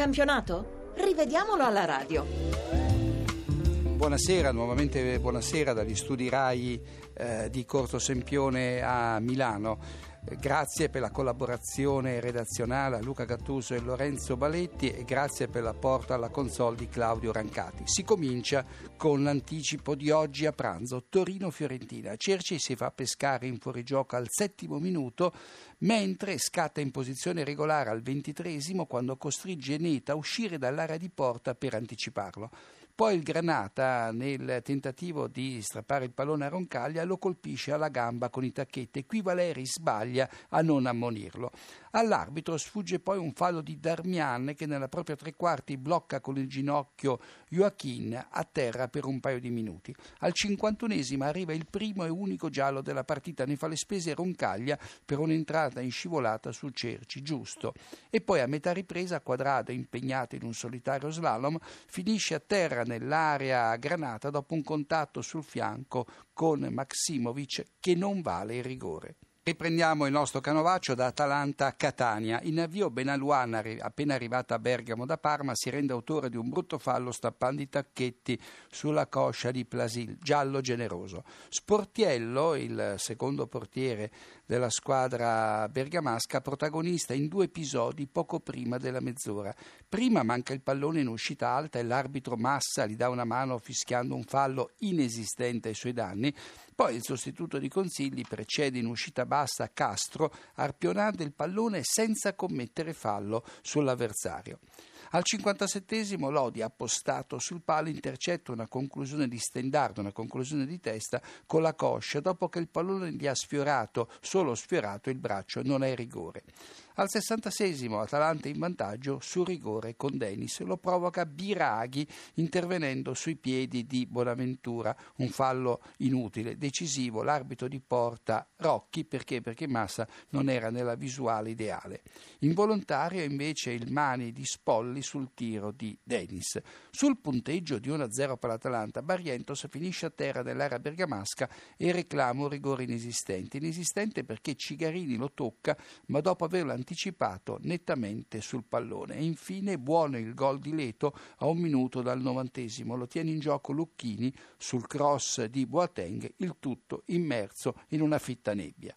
campionato? Rivediamolo alla radio. Buonasera, nuovamente buonasera dagli studi RAI di Corto Sempione a Milano. Grazie per la collaborazione redazionale a Luca Gattuso e Lorenzo Baletti e grazie per l'apporto alla console di Claudio Rancati. Si comincia con l'anticipo di oggi a pranzo. Torino-Fiorentina. Cerci si fa pescare in fuorigioco al 7° minuto, mentre scatta in posizione regolare al 23° quando costringe Neta a uscire dall'area di porta per anticiparlo. Poi il Granata, nel tentativo di strappare il pallone a Roncaglia, lo colpisce alla gamba con i tacchetti e qui Valeri sbaglia a non ammonirlo. All'arbitro sfugge poi un fallo di Darmian che nella propria tre quarti blocca con il ginocchio Joaquin a terra per un paio di minuti. Al 51° arriva il primo e unico giallo della partita, ne fa le spese Roncaglia per un'entrata in scivolata su Cerci, giusto. E poi a metà ripresa Quadrado, impegnato in un solitario slalom, finisce a terra nell'area Granata dopo un contatto sul fianco con Maksimovic che non vale il rigore. Riprendiamo il nostro canovaccio da Atalanta a Catania. In avvio Benaluana, appena arrivata a Bergamo da Parma, si rende autore di un brutto fallo stappando i tacchetti sulla coscia di Plasil, giallo generoso. Sportiello, il secondo portiere della squadra bergamasca, protagonista in 2 episodi poco prima della mezz'ora. Prima manca il pallone in uscita alta e l'arbitro Massa gli dà una mano fischiando un fallo inesistente ai suoi danni. Poi il sostituto di Consigli precede in uscita bassa Castro, arpionando il pallone senza commettere fallo sull'avversario. Al 57° Lodi, appostato sul palo, intercetta una conclusione di Stendardo, una conclusione di testa con la coscia, dopo che il pallone gli ha solo sfiorato il braccio, non è rigore. Al 66° Atalanta in vantaggio su rigore con Denis, lo provoca Biraghi intervenendo sui piedi di Bonaventura, un fallo inutile, decisivo l'arbitro di porta Rocchi perché Massa non era nella visuale ideale. Involontario invece il mani di Spolli sul tiro di Denis. Sul punteggio di 1-0 per l'Atalanta, Barrientos finisce a terra nell'area bergamasca e reclama un rigore inesistente perché Cigarini lo tocca ma dopo averlo anticipato nettamente sul pallone. E infine buono il gol di Leto a 1 minuto dal 90°, lo tiene in gioco Lucchini sul cross di Boateng, il tutto immerso in una fitta nebbia.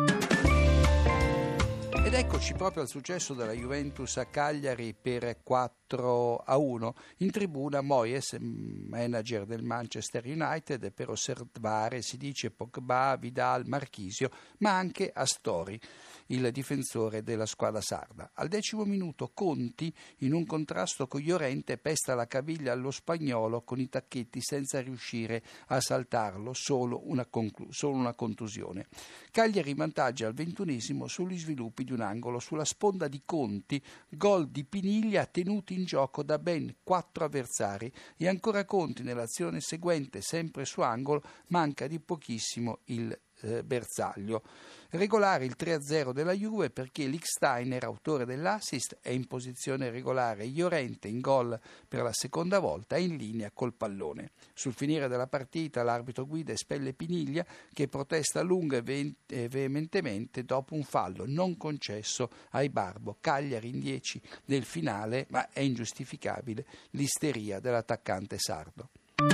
Ed eccoci proprio al successo della Juventus a Cagliari per 4-1. In tribuna Moyes, manager del Manchester United, per osservare si dice Pogba, Vidal, Marchisio, ma anche Astori, il difensore della squadra sarda. Al 10° minuto Conti, in un contrasto con Llorente, pesta la caviglia allo spagnolo con i tacchetti senza riuscire a saltarlo, solo una contusione. Cagliari vantaggia al 21° sugli sviluppi di un angolo sulla sponda di Conti, gol di Piniglia tenuti in gioco da ben 4 avversari e ancora Conti nell'azione seguente, sempre su angolo, manca di pochissimo il bersaglio. Regolare il 3-0 della Juve perché Lichtsteiner, autore dell'assist, è in posizione regolare. Llorente in gol per la seconda volta è in linea col pallone. Sul finire della partita l'arbitro guida espelle Piniglia che protesta lunga e veementemente dopo un fallo non concesso ai Barbo. Cagliari in 10 nel finale, ma è ingiustificabile l'isteria dell'attaccante sardo.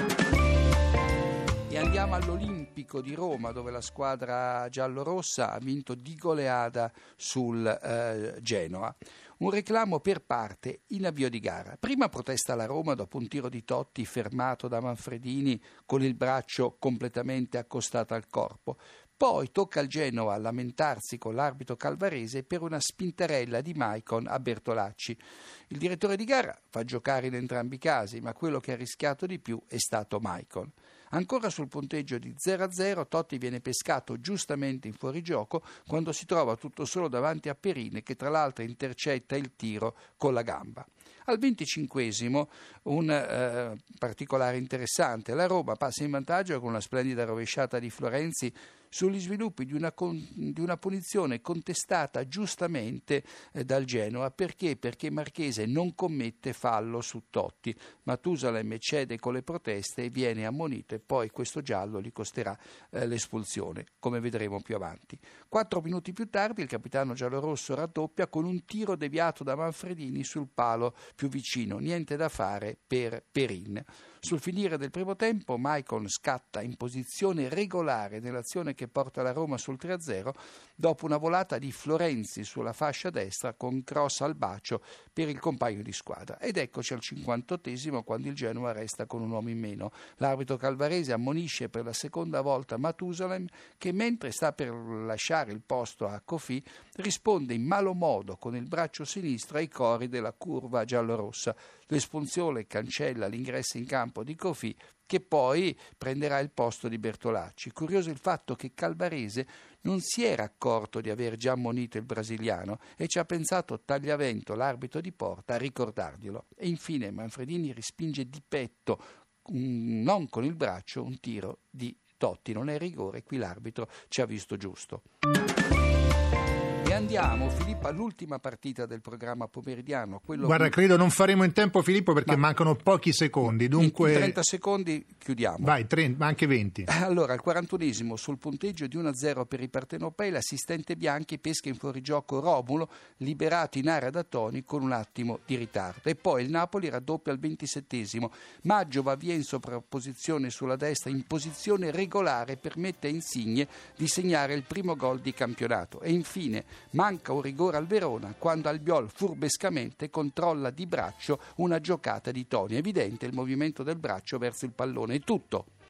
E andiamo all'Olimpico di Roma dove la squadra giallorossa ha vinto di goleada sul Genoa. Un reclamo per parte in avvio di gara. Prima protesta la Roma dopo un tiro di Totti fermato da Manfredini con il braccio completamente accostato al corpo. Poi tocca al Genoa lamentarsi con l'arbitro calvarese per una spintarella di Maicon a Bertolacci. Il direttore di gara fa giocare in entrambi i casi, ma quello che ha rischiato di più è stato Maicon. Ancora sul punteggio di 0-0 Totti viene pescato giustamente in fuorigioco quando si trova tutto solo davanti a Perine che tra l'altro intercetta il tiro con la gamba. Al 25° un particolare interessante, la Roma passa in vantaggio con una splendida rovesciata di Florenzi sugli sviluppi di una punizione contestata giustamente dal Genoa. Perché? Perché Marchese non commette fallo su Totti. Matusalem cede con le proteste e viene ammonito, e poi questo giallo gli costerà l'espulsione, come vedremo più avanti. 4 minuti più tardi il capitano giallorosso raddoppia con un tiro deviato da Manfredini sul palo più vicino. Niente da fare per Perin. Sul finire del primo tempo Maicon scatta in posizione regolare nell'azione che porta la Roma sul 3-0 dopo una volata di Florenzi sulla fascia destra con cross al bacio per il compagno di squadra. Ed eccoci al 58esimo, quando il Genoa resta con un uomo in meno. L'arbitro calvarese ammonisce per la seconda volta Matusalem, che mentre sta per lasciare il posto a Kofi risponde in malo modo con il braccio sinistro ai cori della curva giallorossa. L'espulsione cancella l'ingresso in campo di Kofi, che poi prenderà il posto di Bertolacci. Curioso il fatto che Calvarese non si era accorto di aver già ammonito il brasiliano e ci ha pensato Tagliavento, l'arbitro di porta, a ricordarglielo. E infine Manfredini respinge di petto, non con il braccio, un tiro di Totti. Non è rigore, qui l'arbitro ci ha visto giusto. E andiamo, Filippo, all'ultima partita del programma pomeridiano. Guarda, credo non faremo in tempo, Filippo, perché mancano pochi secondi. Dunque, in 30 secondi chiudiamo. Vai, ma anche 20. Allora, al 41esimo, sul punteggio di 1-0 per i partenopei, l'assistente Bianchi pesca in fuorigioco Romulo, liberato in area da Toni con un attimo di ritardo. E poi il Napoli raddoppia al 27esimo. Maggio va via in sovrapposizione sulla destra, in posizione regolare, permette a Insigne di segnare il primo gol di campionato. E infine manca un rigore al Verona quando Albiol furbescamente controlla di braccio una giocata di Toni. Evidente il movimento del braccio verso il pallone. È tutto.